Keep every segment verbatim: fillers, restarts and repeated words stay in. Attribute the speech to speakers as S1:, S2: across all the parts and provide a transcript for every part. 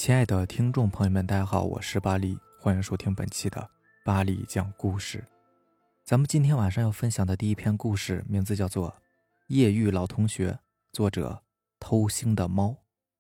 S1: 亲爱的听众朋友们，大家好，我是巴力，欢迎收听本期的巴力讲故事。咱们今天晚上要分享的第一篇故事名字叫做《夜遇老同学》，作者偷腥的猫。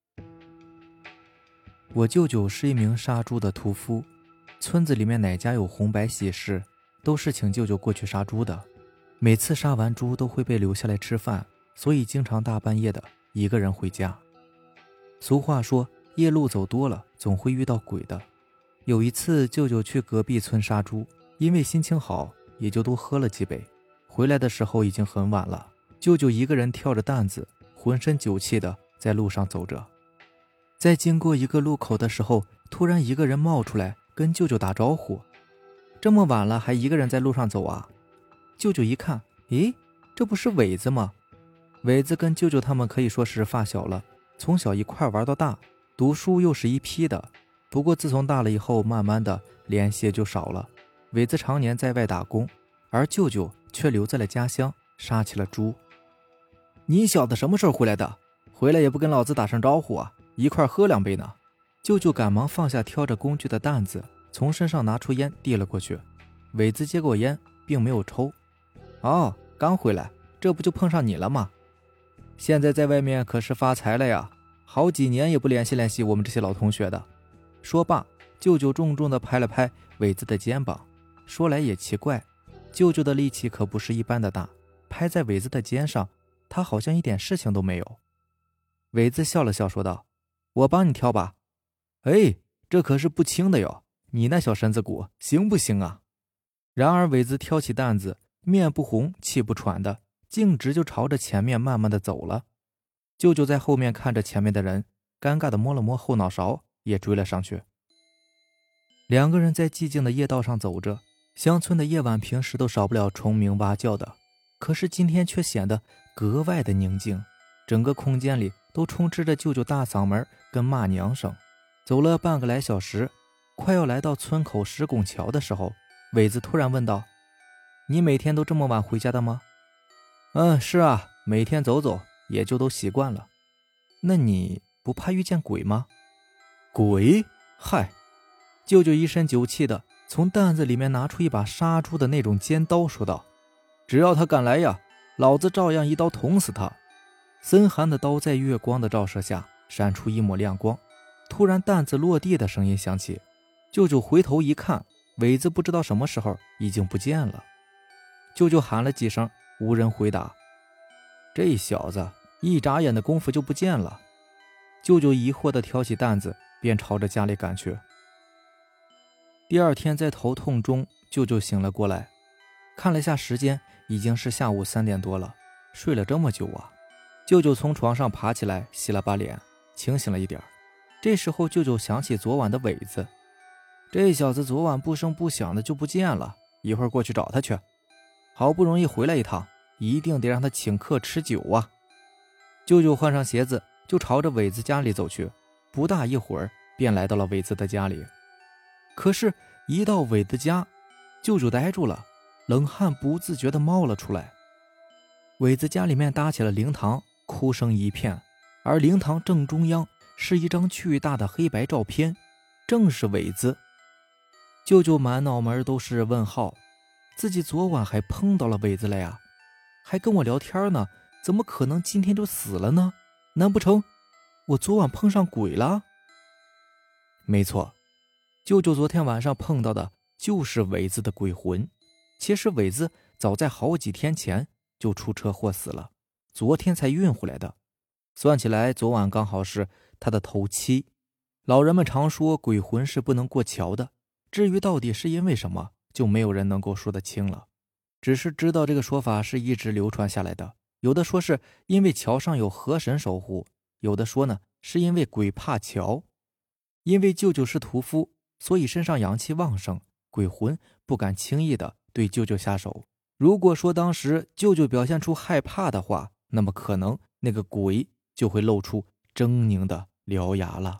S1: 我舅舅是一名杀猪的屠夫，村子里面哪家有红白喜事，都是请舅舅过去杀猪的。每次杀完猪都会被留下来吃饭，所以经常大半夜的一个人回家。俗话说夜路走多了总会遇到鬼的。有一次舅舅去隔壁村杀猪，因为心情好也就多喝了几杯，回来的时候已经很晚了。舅舅一个人挑着担子，浑身酒气的在路上走着。在经过一个路口的时候，突然一个人冒出来跟舅舅打招呼，这么晚了还一个人在路上走啊？舅舅一看，诶，这不是伟子吗？伟子跟舅舅他们可以说是发小了，从小一块玩到大，读书又是一批的。不过自从大了以后，慢慢的联系就少了。伟子常年在外打工，而舅舅却留在了家乡，杀起了猪。你小子什么时候回来的？回来也不跟老子打声招呼啊，一块喝两杯呢。舅舅赶忙放下挑着工具的担子，从身上拿出烟递了过去。伟子接过烟并没有抽。哦，刚回来，这不就碰上你了吗？现在在外面可是发财了呀，好几年也不联系联系我们这些老同学的。说罢，舅舅重重地拍了拍伟子的肩膀。说来也奇怪，舅舅的力气可不是一般的大，拍在伟子的肩上，他好像一点事情都没有。伟子笑了笑说道，我帮你挑吧。哎，这可是不轻的哟，你那小身子骨行不行啊？然而伟子挑起担子，面不红气不喘的，径直就朝着前面慢慢的走了。舅舅在后面看着前面的人，尴尬的摸了摸后脑勺，也追了上去。两个人在寂静的夜道上走着，乡村的夜晚平时都少不了虫鸣蛙叫的，可是今天却显得格外的宁静，整个空间里都充斥着舅舅大嗓门跟骂娘声。走了半个来小时，快要来到村口石拱桥的时候，伟子突然问道，你每天都这么晚回家的吗？嗯，是啊，每天走走也就都习惯了。那你不怕遇见鬼吗？鬼？嗨！舅舅一身酒气的从担子里面拿出一把杀猪的那种尖刀说道，只要他敢来呀，老子照样一刀捅死他。森寒的刀在月光的照射下闪出一抹亮光，突然担子落地的声音响起，舅舅回头一看，伟子不知道什么时候已经不见了。舅舅喊了几声，无人回答。这小子一眨眼的功夫就不见了。舅舅疑惑地挑起担子，便朝着家里赶去。第二天在头痛中，舅舅醒了过来，看了下时间，已经是下午三点多了。睡了这么久啊！舅舅从床上爬起来，洗了把脸，清醒了一点。这时候舅舅想起昨晚的伟子，这小子昨晚不声不响的就不见了，一会儿过去找他去。好不容易回来一趟，一定得让他请客吃酒啊！舅舅换上鞋子就朝着伟子家里走去，不大一会儿便来到了伟子的家里。可是一到伟子家，舅舅呆住了，冷汗不自觉地冒了出来。伟子家里面搭起了灵堂，哭声一片，而灵堂正中央是一张巨大的黑白照片，正是伟子。舅舅满脑门都是问号，自己昨晚还碰到了伟子了呀，还跟我聊天呢，怎么可能今天就死了呢？难不成我昨晚碰上鬼了？没错，舅舅昨天晚上碰到的就是伟子的鬼魂。其实伟子早在好几天前就出车祸死了，昨天才运回来的。算起来昨晚刚好是他的头七。老人们常说鬼魂是不能过桥的，至于到底是因为什么，就没有人能够说得清了。只是知道这个说法是一直流传下来的，有的说是因为桥上有河神守护，有的说呢是因为鬼怕桥。因为舅舅是屠夫，所以身上阳气旺盛，鬼魂不敢轻易的对舅舅下手。如果说当时舅舅表现出害怕的话，那么可能那个鬼就会露出狰狞的獠牙了。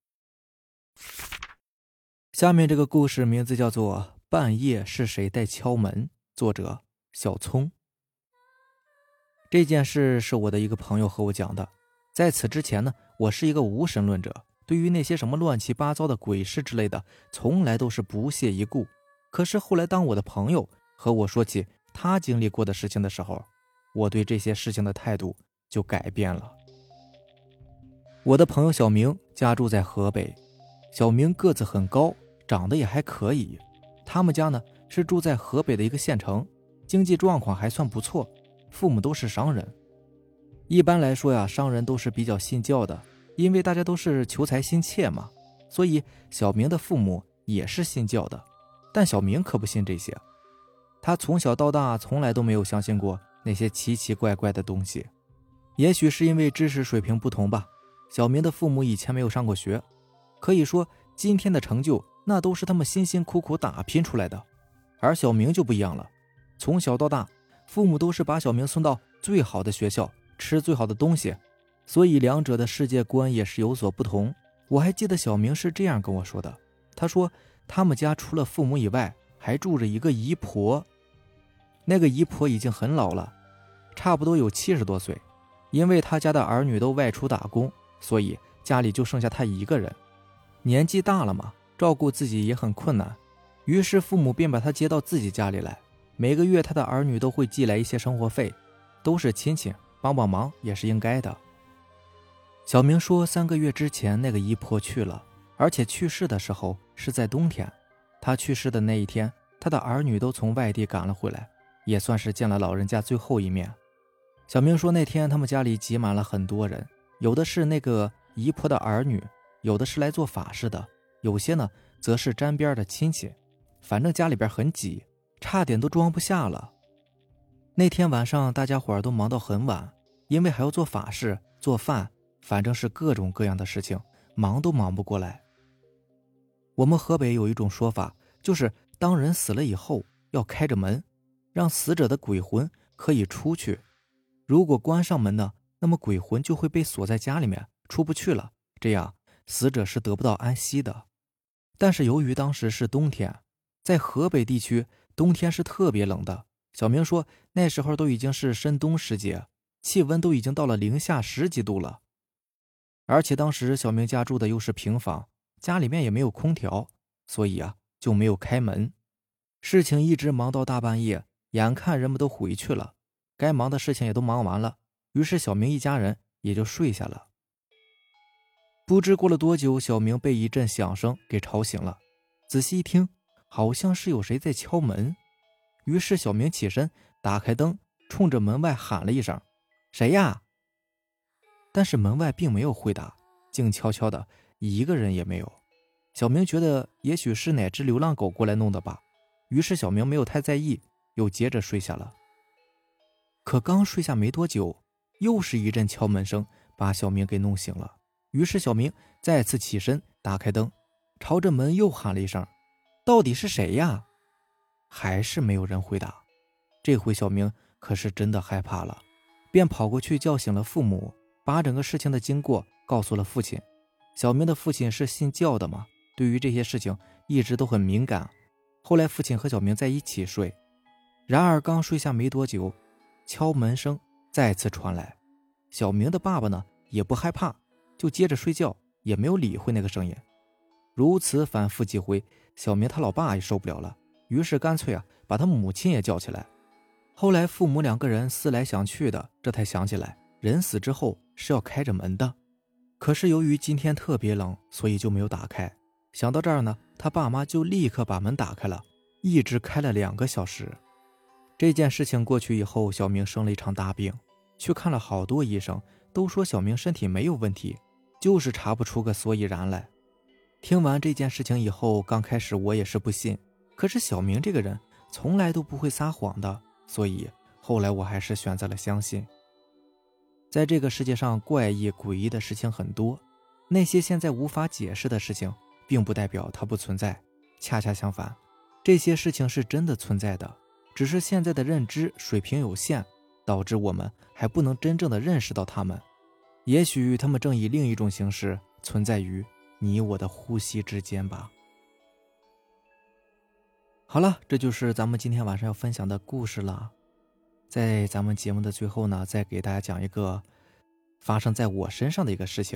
S1: 下面这个故事名字叫做半夜是谁在敲门，作者小葱。这件事是我的一个朋友和我讲的。在此之前呢，我是一个无神论者， 对于那些什么乱七八糟的鬼事之类的，从来都是不屑一顾。可是后来当我的朋友和我说起他经历过的事情的时候，我对这些事情的态度就改变了。我的朋友小明家住在河北，小明个子很高，长得也还可以。他们家呢是住在河北的一个县城，经济状况还算不错，父母都是商人。一般来说呀，商人都是比较信教的，因为大家都是求财心切嘛，所以小明的父母也是信教的。但小明可不信这些，他从小到大从来都没有相信过那些奇奇怪怪的东西。也许是因为知识水平不同吧，小明的父母以前没有上过学，可以说今天的成就那都是他们辛辛苦苦打拼出来的。而小明就不一样了，从小到大父母都是把小明送到最好的学校，吃最好的东西，所以两者的世界观也是有所不同。我还记得小明是这样跟我说的，他说他们家除了父母以外还住着一个姨婆，那个姨婆已经很老了，差不多有七十多岁。因为他家的儿女都外出打工，所以家里就剩下他一个人。年纪大了嘛，照顾自己也很困难，于是父母便把他接到自己家里来。每个月他的儿女都会寄来一些生活费，都是亲戚，帮帮忙也是应该的。小明说三个月之前那个姨婆去了，而且去世的时候是在冬天。他去世的那一天，他的儿女都从外地赶了回来，也算是见了老人家最后一面。小明说那天他们家里挤满了很多人，有的是那个姨婆的儿女，有的是来做法事的，有些呢则是沾边的亲戚，反正家里边很挤，差点都装不下了。那天晚上大家伙儿都忙到很晚，因为还要做法事做饭，反正是各种各样的事情，忙都忙不过来。我们河北有一种说法，就是当人死了以后要开着门，让死者的鬼魂可以出去。如果关上门呢，那么鬼魂就会被锁在家里面，出不去了，这样死者是得不到安息的。但是由于当时是冬天，在河北地区冬天是特别冷的，小明说那时候都已经是深冬时节，气温都已经到了零下十几度了。而且当时小明家住的又是平房，家里面也没有空调，所以啊就没有开门。事情一直忙到大半夜，眼看人们都回去了，该忙的事情也都忙完了，于是小明一家人也就睡下了。不知过了多久，小明被一阵响声给吵醒了，仔细一听，好像是有谁在敲门。于是小明起身打开灯，冲着门外喊了一声：谁呀？但是门外并没有回答，静悄悄的，一个人也没有。小明觉得也许是哪只流浪狗过来弄的吧，于是小明没有太在意，又接着睡下了。可刚睡下没多久，又是一阵敲门声把小明给弄醒了。于是小明再次起身打开灯，朝着门又喊了一声：到底是谁呀？还是没有人回答。这回小明可是真的害怕了，便跑过去叫醒了父母，把整个事情的经过告诉了父亲。小明的父亲是信教的嘛，对于这些事情一直都很敏感。后来父亲和小明在一起睡，然而刚睡下没多久，敲门声再次传来。小明的爸爸呢也不害怕，就接着睡觉，也没有理会那个声音。如此反复几回，小明他老爸也受不了了，于是干脆啊把他母亲也叫起来。后来父母两个人思来想去的，这才想起来人死之后是要开着门的，可是由于今天特别冷，所以就没有打开。想到这儿呢，他爸妈就立刻把门打开了，一直开了两个小时。这件事情过去以后，小明生了一场大病，去看了好多医生，都说小明身体没有问题，就是查不出个所以然来。听完这件事情以后，刚开始我也是不信，可是小明这个人从来都不会撒谎的，所以后来我还是选择了相信。在这个世界上怪异诡异的事情很多，那些现在无法解释的事情并不代表它不存在，恰恰相反，这些事情是真的存在的，只是现在的认知水平有限，导致我们还不能真正的认识到它们。也许它们正以另一种形式存在于你我的呼吸之间吧。好了，这就是咱们今天晚上要分享的故事了。在咱们节目的最后呢，再给大家讲一个发生在我身上的一个事情。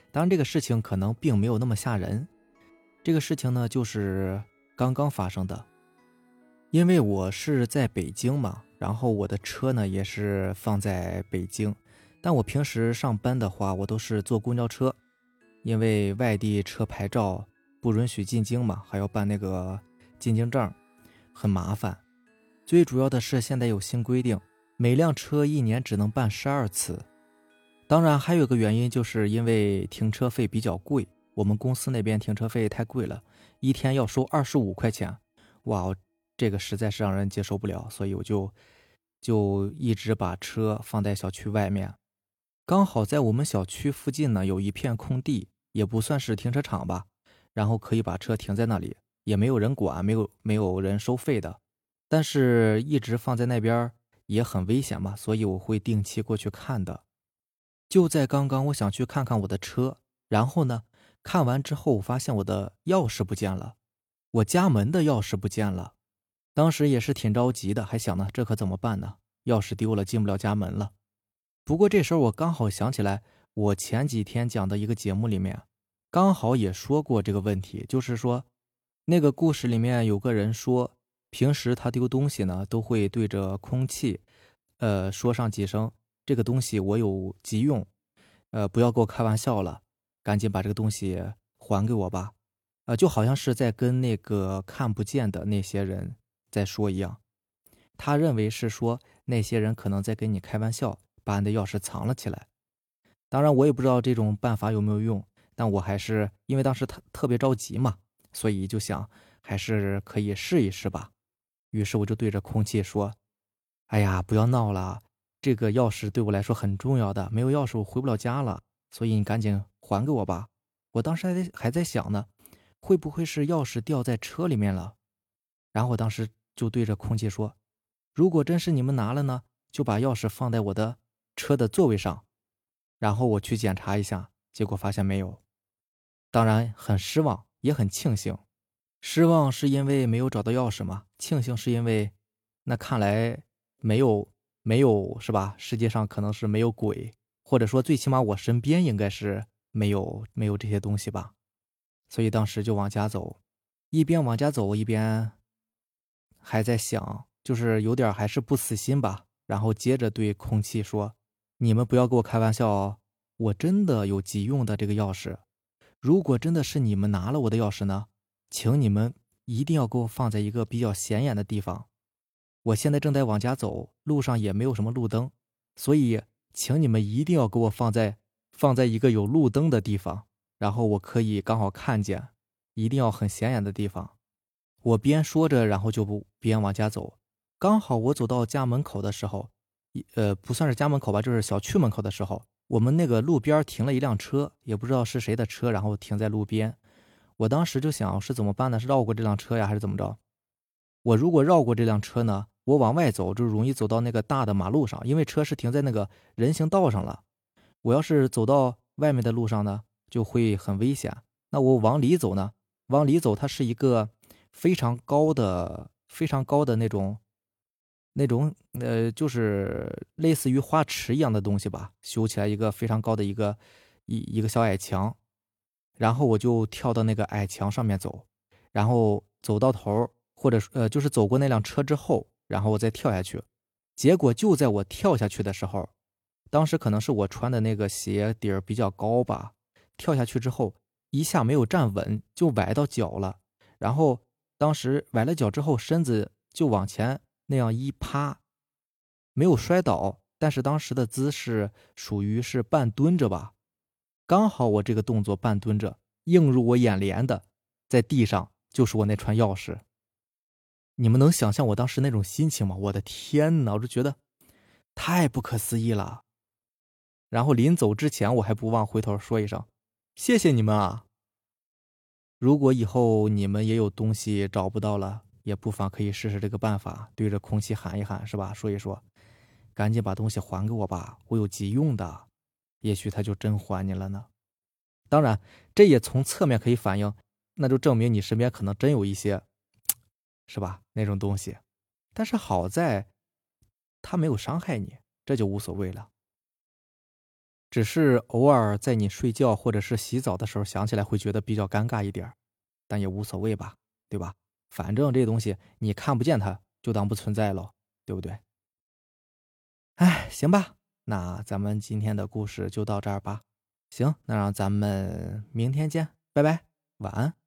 S1: 当然，这个事情可能并没有那么吓人。这个事情呢，就是刚刚发生的。因为我是在北京嘛，然后我的车呢也是放在北京，但我平时上班的话，我都是坐公交车，因为外地车牌照不允许进京嘛，还要办那个进京证，很麻烦。最主要的是现在有新规定，每辆车一年只能办十二次。当然还有一个原因，就是因为停车费比较贵，我们公司那边停车费太贵了，一天要收二十五块钱。哇，这个实在是让人接受不了，所以我就就一直把车放在小区外面。刚好在我们小区附近呢有一片空地，也不算是停车场吧，然后可以把车停在那里，也没有人管，没有没有人收费的。但是一直放在那边也很危险嘛，所以我会定期过去看的。就在刚刚，我想去看看我的车，然后呢，看完之后我发现我的钥匙不见了，我家门的钥匙不见了。当时也是挺着急的，还想呢，这可怎么办呢？钥匙丢了，进不了家门了。不过这时候我刚好想起来，我前几天讲的一个节目里面，刚好也说过这个问题，就是说，那个故事里面有个人说，平时他丢东西呢，都会对着空气，呃，说上几声，这个东西我有急用，呃，不要跟我开玩笑了，赶紧把这个东西还给我吧，呃，就好像是在跟那个看不见的那些人在说一样。他认为是说那些人可能在跟你开玩笑，把你的钥匙藏了起来。当然，我也不知道这种办法有没有用，但我还是因为当时特特别着急嘛，所以就想还是可以试一试吧。于是我就对着空气说：“哎呀，不要闹了，这个钥匙对我来说很重要的，没有钥匙我回不了家了，所以你赶紧还给我吧。”我当时还在还在想呢，会不会是钥匙掉在车里面了？然后我当时就对着空气说：“如果真是你们拿了呢，就把钥匙放在我的车的座位上。”然后我去检查一下，结果发现没有。当然很失望，也很庆幸。失望是因为没有找到钥匙嘛，庆幸是因为那看来没有没有是吧？世界上可能是没有鬼，或者说最起码我身边应该是没有没有这些东西吧。所以当时就往家走，一边往家走一边还在想，就是有点还是不死心吧。然后接着对空气说：“你们不要跟我开玩笑哦，我真的有急用的这个钥匙。如果真的是你们拿了我的钥匙呢，请你们一定要给我放在一个比较显眼的地方。我现在正在往家走，路上也没有什么路灯，所以请你们一定要给我放在放在一个有路灯的地方，然后我可以刚好看见，一定要很显眼的地方。”我边说着，然后就不边往家走。刚好我走到家门口的时候，一呃，不算是家门口吧，就是小区门口的时候，我们那个路边停了一辆车，也不知道是谁的车，然后停在路边。我当时就想是怎么办呢？是绕过这辆车呀，还是怎么着？我如果绕过这辆车呢，我往外走就容易走到那个大的马路上，因为车是停在那个人行道上了。我要是走到外面的路上呢，就会很危险。那我往里走呢？往里走，它是一个非常高的、非常高的那种、那种呃，就是类似于花池一样的东西吧，修起来一个非常高的一个一一个小矮墙，然后我就跳到那个矮墙上面走，然后走到头，或者呃，就是走过那辆车之后，然后我再跳下去。结果就在我跳下去的时候，当时可能是我穿的那个鞋底儿比较高吧，跳下去之后一下没有站稳，就崴到脚了。然后当时崴了脚之后，身子就往前那样一趴，没有摔倒，但是当时的姿势属于是半蹲着吧。刚好我这个动作半蹲着，映入我眼帘的，在地上就是我那串钥匙。你们能想象我当时那种心情吗？我的天哪，我就觉得太不可思议了。然后临走之前，我还不忘回头说一声：“谢谢你们啊！”如果以后你们也有东西找不到了，也不妨可以试试这个办法，对着空气喊一喊，是吧？说一说，赶紧把东西还给我吧，我有急用的。也许他就真还你了呢。当然，这也从侧面可以反映，那就证明你身边可能真有一些，是吧？那种东西。但是好在，他没有伤害你，这就无所谓了。 只是偶尔在你睡觉或者是洗澡的时候想起来会觉得比较尴尬一点，但也无所谓吧，对吧？反正这东西你看不见它，就当不存在了，对不对？哎，行吧，那咱们今天的故事就到这儿吧。行，那让咱们明天见，拜拜，晚安。